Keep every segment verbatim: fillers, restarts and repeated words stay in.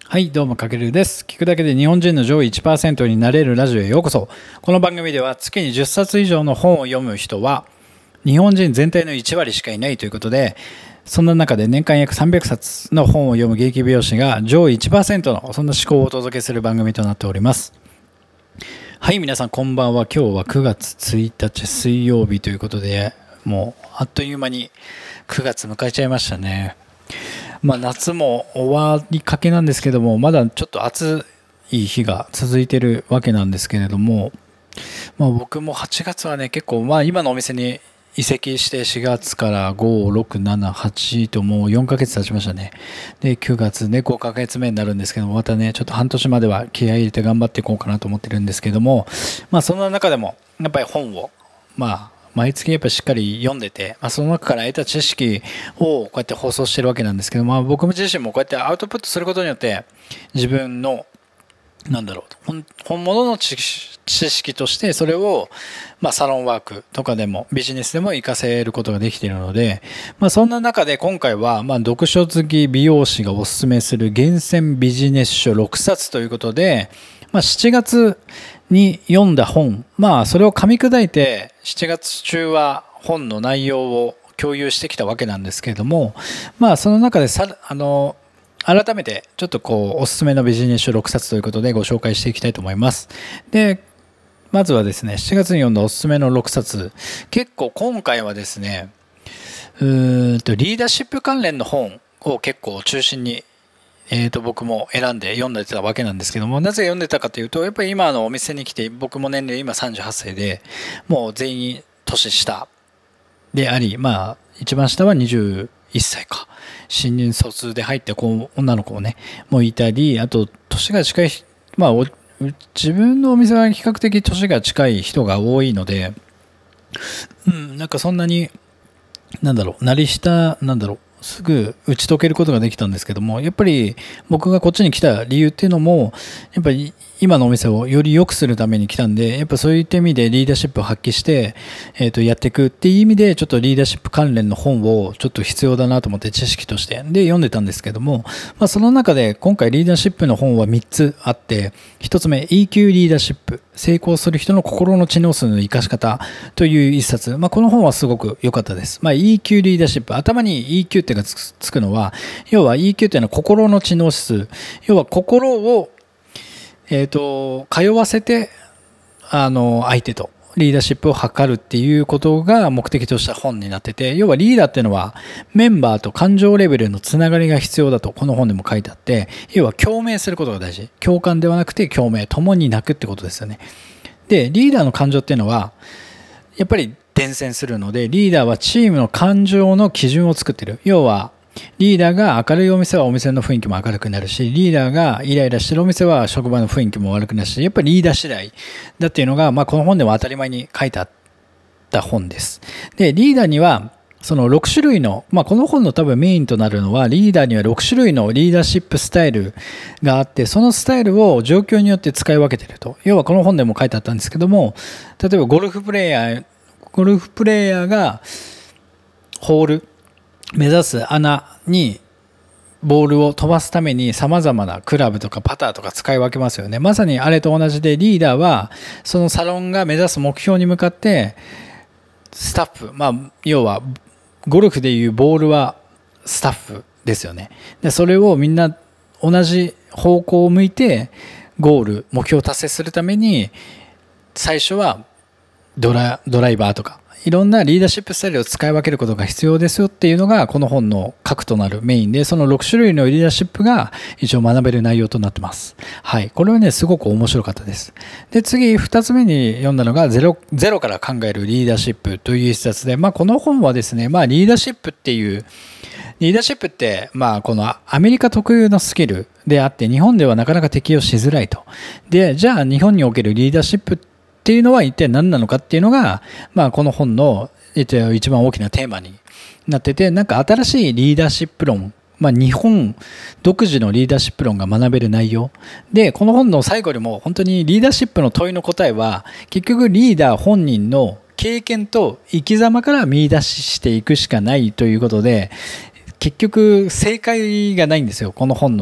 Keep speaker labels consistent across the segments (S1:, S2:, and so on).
S1: はい、どうもかけるです。聞くだけで日本人の上位 いちパーセント になれるラジオへようこそ。この番組では月にじゅっさつ以上の本を読む人は日本人全体のいちわりしかいないということで、そんな中で年間約さんびゃくさつの本を読む現役美容師が上位 いちパーセント のそんな思考をお届けする番組となっております。はい、皆さんこんばんは。今日はくがつついたち水曜日ということで、もうあっという間にくがつ迎えちゃいましたね。まあ、夏も終わりかけなんですけども、まだちょっと暑い日が続いているわけなんですけれども、まあ、僕もはちがつはね結構、まあ、今のお店に移籍してしがつからご、ろく、なな、はちともうよんかげつ経ちましたね。でくがつねごかげつめになるんですけども、またねちょっと半年までは気合い入れて頑張っていこうかなと思ってるんですけども、まあ、そんな中でもやっぱり本をまあ毎月やっぱりしっかり読んでて、まあ、その中から得た知識をこうやって放送してるわけなんですけど、まあ、僕自身もこうやってアウトプットすることによって自分のなんだろう本本物の知識としてそれを、まあ、サロンワークとかでもビジネスでも活かせることができているので、まあ、そんな中で今回は、まあ、読書好き美容師がおすすめする厳選ビジネス書ろくさつということで、まあ、しちがつに読んだ本、まあそれを噛み砕いてしちがつ中は本の内容を共有してきたわけなんですけれども、まあその中でさあの改めてちょっとこうおすすめのビジネス書ろくさつということでご紹介していきたいと思います。でまずはですね、しちがつに読んだおすすめのろくさつ、結構今回はですねうーんとリーダーシップ関連の本を結構中心にえー、と僕も選んで読んでたわけなんですけども、なぜ読んでたかというと、やっぱり今のお店に来て、僕も年齢今さんじゅうはっさいで、もう全員年下であり、まあ一番下はにじゅういっさいか、新入卒で入ってこう女の子もねもういたり、あと年が近い、まあお自分のお店は比較的年が近い人が多いので、うん、なんかそんなになんだろう、慣れしたなんだろうすぐ打ち解けることができたんですけども、やっぱり僕がこっちに来た理由っていうのもやっぱり今のお店をより良くするために来たんで、やっぱそういった意味でリーダーシップを発揮して、えー、とやっていくっていう意味でちょっとリーダーシップ関連の本をちょっと必要だなと思って知識としてで読んでたんですけども、まあ、その中で今回リーダーシップの本はみっつあって、ひとつめ イーキュー リーダーシップ、成功する人の心の知能数の生かし方という一冊、まあ、この本はすごく良かったです。まあ、イーキュー リーダーシップ、頭に イーキュー ってがつくのは、要は イーキュー っていうのは心の知能指数、要は心をえーと、通わせてあの相手とリーダーシップを図るっていうことが目的とした本になってて、要はリーダーっていうのはメンバーと感情レベルのつながりが必要だとこの本でも書いてあって、要は共鳴することが大事、共感ではなくて共鳴、共に泣くってことですよね。でリーダーの感情っていうのはやっぱり伝染するので、リーダーはチームの感情の基準を作ってる。要はリーダーが明るいお店はお店の雰囲気も明るくなるし、リーダーがイライラしてるお店は職場の雰囲気も悪くなるし、やっぱりリーダー次第だっていうのが、まあ、この本では当たり前に書いてあった本です。でリーダーにはそのろくしゅるいの、まあ、この本の多分メインとなるのは、リーダーにはろくしゅるいのリーダーシップスタイルがあって、そのスタイルを状況によって使い分けていると。要はこの本でも書いてあったんですけども、例えばゴルフプレイヤーゴルフプレイヤーがホール目指す穴にボールを飛ばすために様々なクラブとかパターとか使い分けますよね。まさにあれと同じで、リーダーはそのサロンが目指す目標に向かってスタッフ、まあ要はゴルフでいうボールはスタッフですよね。でそれをみんな同じ方向を向いてゴール目標を達成するために、最初はドラ、ドライバーとかいろんなリーダーシップスタイルを使い分けることが必要ですよっていうのがこの本の核となるメインで、そのろくしゅるいのリーダーシップが一応学べる内容となってます。はい、これはねすごく面白かったです。で次ふたつめに読んだのがゼロ、ゼロから考えるリーダーシップという一冊で、まあ、この本はですね、まあ、リーダーシップっていうリーダーシップって、まあ、このアメリカ特有のスキルであって日本ではなかなか適用しづらいと。でじゃあ日本におけるリーダーシップってっていうのは一体何なのかっていうのが、まあ、この本の一番大きなテーマになってて、なんか新しいリーダーシップ論、まあ、日本独自のリーダーシップ論が学べる内容で、この本の最後にも本当にリーダーシップの問いの答えは結局リーダー本人の経験と生き様から見出していくしかないということで、結局正解がないんですよ、この本の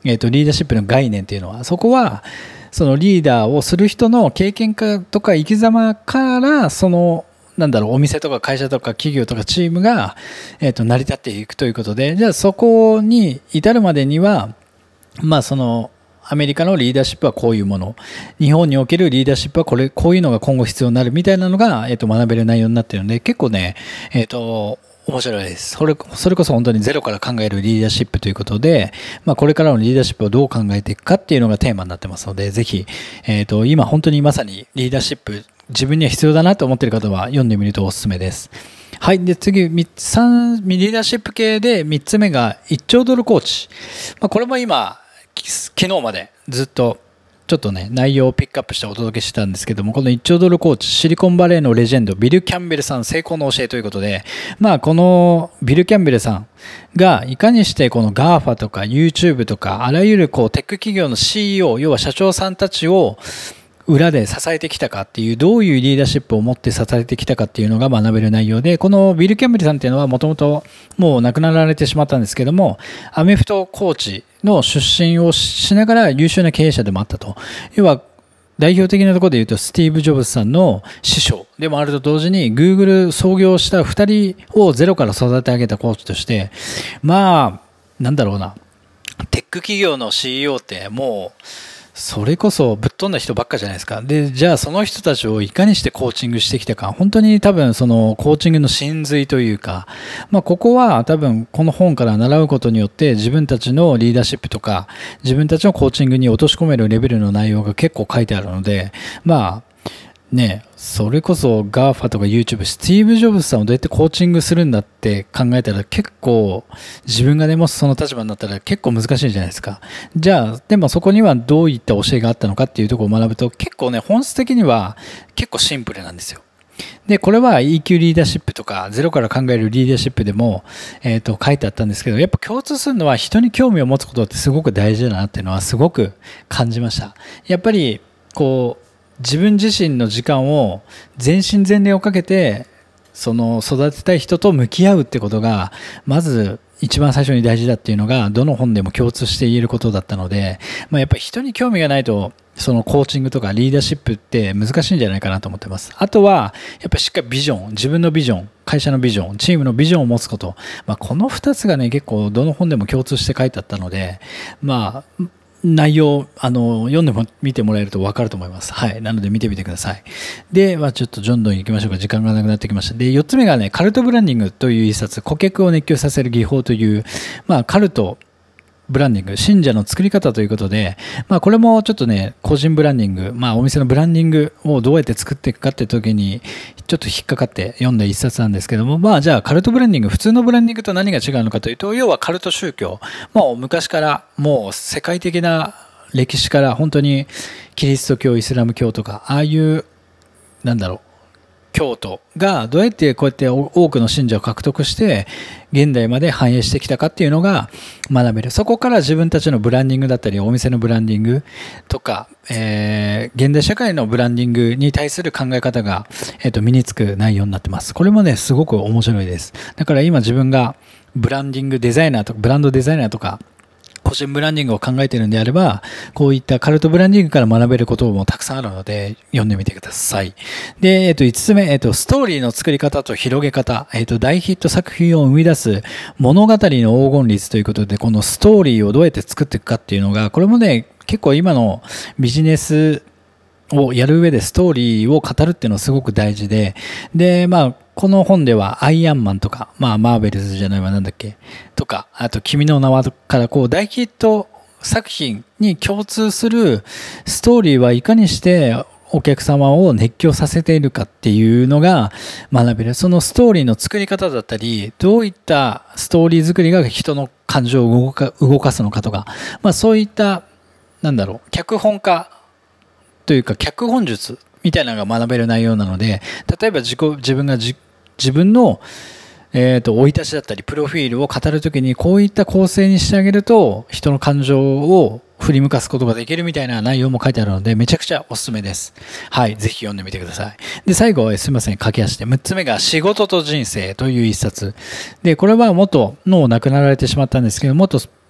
S1: えーと、リーダーシップの概念っていうのは、そこはそのリーダーをする人の経験かとか生き様から、そのなんだろう、お店とか会社とか企業とかチームが、えーと、成り立っていくということで、じゃあそこに至るまでには、まあそのアメリカのリーダーシップはこういうもの、日本におけるリーダーシップはこれ、こういうのが今後必要になるみたいなのが、えーと、学べる内容になっているので、結構ね、えーと面白いです。それ、それこそ本当にゼロから考えるリーダーシップということで、まあこれからのリーダーシップをどう考えていくかっていうのがテーマになってますので、ぜひ、えっと、今本当にまさにリーダーシップ、自分には必要だなと思っている方は読んでみるとおすすめです。はい。で、次、さん、リーダーシップ系でみっつめがいっちょうドルコーチ。まあこれも今、昨日までずっとちょっとね、内容をピックアップしてお届けしてたんですけども、このいっちょうドルコーチ、シリコンバレーのレジェンド、ビル・キャンベルさん、成功の教えということで、まあ、このビル・キャンベルさんが、いかにしてこの ガーファ とか YouTube とか、あらゆるこうテック企業の シーイーオー、要は社長さんたちを、裏で支えてきたかっていう、どういうリーダーシップを持って支えてきたかっていうのが学べる内容で、このビル・キャンベルさんっていうのはもともともう亡くなられてしまったんですけども、アメフトコーチの出身をしながら優秀な経営者でもあったと。要は代表的なところで言うと、スティーブ・ジョブズさんの師匠でもあると同時に、Google 創業したふたりをゼロから育て上げたコーチとして、まあ、なんだろうな、テック企業の シーイーオー ってもう、それこそぶっ飛んだ人ばっかじゃないですか。で、じゃあその人たちをいかにしてコーチングしてきたか。本当に多分そのコーチングの真髄というか、まあここは多分この本から習うことによって自分たちのリーダーシップとか自分たちのコーチングに落とし込めるレベルの内容が結構書いてあるので、まあね、それこそ ガーファ とか YouTube、スティーブ・ジョブズさんをどうやってコーチングするんだって考えたら結構自分がね、もしその立場になったら結構難しいじゃないですか。じゃあ、でもそこにはどういった教えがあったのかっていうところを学ぶと結構ね、本質的には結構シンプルなんですよ。で、これは イーキュー リーダーシップとかゼロから考えるリーダーシップでも、えっと、書いてあったんですけど、やっぱ共通するのは人に興味を持つことってすごく大事だなっていうのはすごく感じました。やっぱり、こう、自分自身の時間を全身全霊をかけてその育てたい人と向き合うってことがまず一番最初に大事だっていうのがどの本でも共通して言えることだったので、まあ、やっぱり人に興味がないとそのコーチングとかリーダーシップって難しいんじゃないかなと思ってます。あとはやっぱりしっかりビジョン、自分のビジョン、会社のビジョン、チームのビジョンを持つこと、まあ、このふたつがね結構どの本でも共通して書いてあったので、まあ内容、あの、読んでも見てもらえると分かると思います。はい。なので見てみてください。で、まあちょっとどんどん行きましょうか。時間がなくなってきました。で、よっつめがね、カルトブランディングという一冊、顧客を熱狂させる技法という、まあカルト、ブランディング、信者の作り方ということで、まあこれもちょっとね、個人ブランディング、まあお店のブランディングをどうやって作っていくかって時に、ちょっと引っかかって読んだ一冊なんですけども、まあじゃあカルトブランディング、普通のブランディングと何が違うのかというと、要はカルト宗教、もう昔からもう世界的な歴史から本当にキリスト教、イスラム教とか、ああいう、なんだろう、教徒がどうやってこうやって多くの信者を獲得して現代まで反映してきたかっていうのが学べる。そこから自分たちのブランディングだったりお店のブランディングとか、えー、現代社会のブランディングに対する考え方が、えーと、身につく内容になってます。これもねすごく面白いです。だから今自分がブランディングデザイナーとかブランドデザイナーとか個人ブランディングを考えているんであれば、こういったカルトブランディングから学べることもたくさんあるので、読んでみてください。で、えっと、いつつめ、えっと、ストーリーの作り方と広げ方、えっと、大ヒット作品を生み出す物語の黄金律ということで、このストーリーをどうやって作っていくかっていうのが、これもね、結構今のビジネスをやる上でストーリーを語るっていうのはすごく大事で、で、まあ、この本ではアイアンマンとか、まあ、マーベルズじゃないわ、なんだっけ、とか、あと、君の名はからこう、大ヒット作品に共通するストーリーはいかにしてお客様を熱狂させているかっていうのが学べる。そのストーリーの作り方だったり、どういったストーリー作りが人の感情を動か、動かすのかとか、まあ、そういった、なんだろう、脚本家というか、脚本術みたいなのが学べる内容なので、例えば自己、自分が自自分の、えーと、生い立ちだったり、プロフィールを語るときに、こういった構成にしてあげると、人の感情を振り向かすことができるみたいな内容も書いてあるので、めちゃくちゃおすすめです。はい、ぜひ読んでみてください。で、最後はすみません、駆け足で。むっつめが仕事と人生という一冊。で、これは元、もう亡くなられてしまったんですけど、元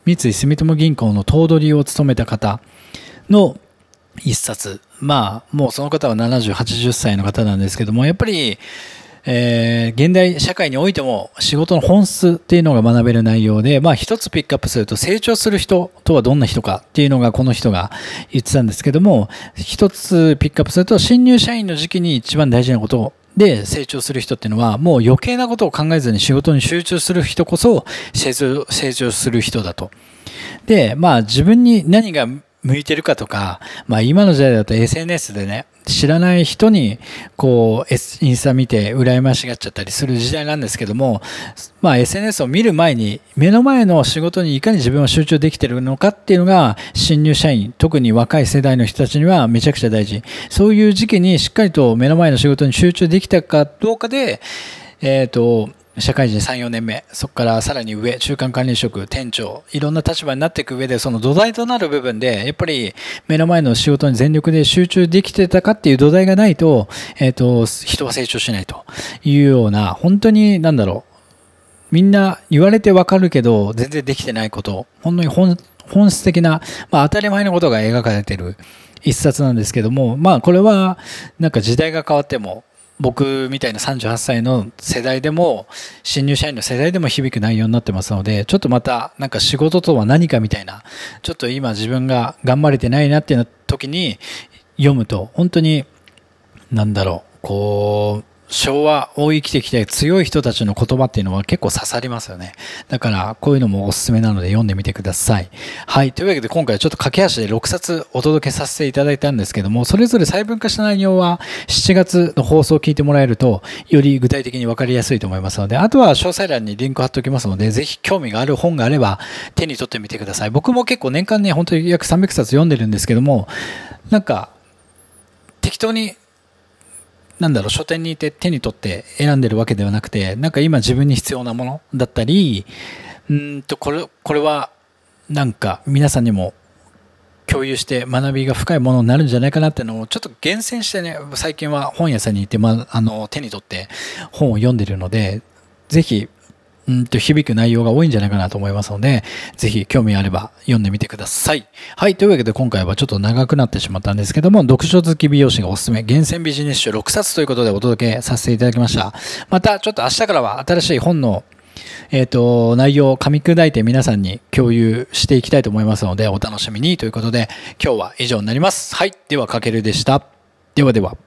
S1: 三井住友銀行の頭取を務めた方の一冊。まあ、もうその方はななじゅう、はちじゅっさいの方なんですけども、やっぱり、えー、現代社会においても仕事の本質っていうのが学べる内容で、まあ一つピックアップすると、成長する人とはどんな人かっていうのがこの人が言ってたんですけども、一つピックアップすると、新入社員の時期に一番大事なことで成長する人っていうのは、もう余計なことを考えずに仕事に集中する人こそ成長、成長する人だと。で、まあ自分に何が向いてるかとか、まあ今の時代だと エスエヌエス でね、知らない人にこうインスタ見て羨ましがっちゃったりする時代なんですけども、まあ エスエヌエス を見る前に目の前の仕事にいかに自分は集中できてるのかっていうのが新入社員、特に若い世代の人たちにはめちゃくちゃ大事。そういう時期にしっかりと目の前の仕事に集中できたかどうかで、えっと、社会人さん、よねんめ、そこからさらに上、中間管理職、店長、いろんな立場になっていく上で、その土台となる部分で、やっぱり目の前の仕事に全力で集中できてたかっていう土台がないと、えっと、人は成長しないというような、本当になんだろう、みんな言われてわかるけど、全然できてないこと、本当に本、本質的な、まあ当たり前のことが描かれている一冊なんですけども、まあこれは、なんか時代が変わっても、僕みたいなさんじゅうはっさいの世代でも新入社員の世代でも響く内容になってますので、ちょっとまたなんか仕事とは何かみたいな、ちょっと今自分が頑張れてないなっていう時に読むと本当になんだろう、こう昭和を生きてきて強い人たちの言葉っていうのは結構刺さりますよね。だからこういうのもおすすめなので読んでみてください。はい。というわけで今回はちょっと駆け足でろくさつお届けさせていただいたんですけども、それぞれ細分化した内容はしちがつの放送を聞いてもらえるとより具体的に分かりやすいと思いますので、あとは詳細欄にリンク貼っておきますので、ぜひ興味がある本があれば手に取ってみてください。僕も結構年間ね、本当に約さんびゃくさつ読んでるんですけども、なんか適当になんだろう、書店にいて手に取って選んでるわけではなくて、なんか今自分に必要なものだったり、うんとこれこれはなんか皆さんにも共有して学びが深いものになるんじゃないかなっていうのをちょっと厳選してね、最近は本屋さんに行って、まあ、あの手に取って本を読んでるので、ぜひうんと響く内容が多いんじゃないかなと思いますので、ぜひ興味あれば読んでみてください。はい。というわけで今回はちょっと長くなってしまったんですけども、読書好き美容師がおすすめ、厳選ビジネス書ろくさつということでお届けさせていただきました。またちょっと明日からは新しい本のえっと、内容を噛み砕いて皆さんに共有していきたいと思いますので、お楽しみにということで、今日は以上になります。はい。では、かけるでした。ではでは。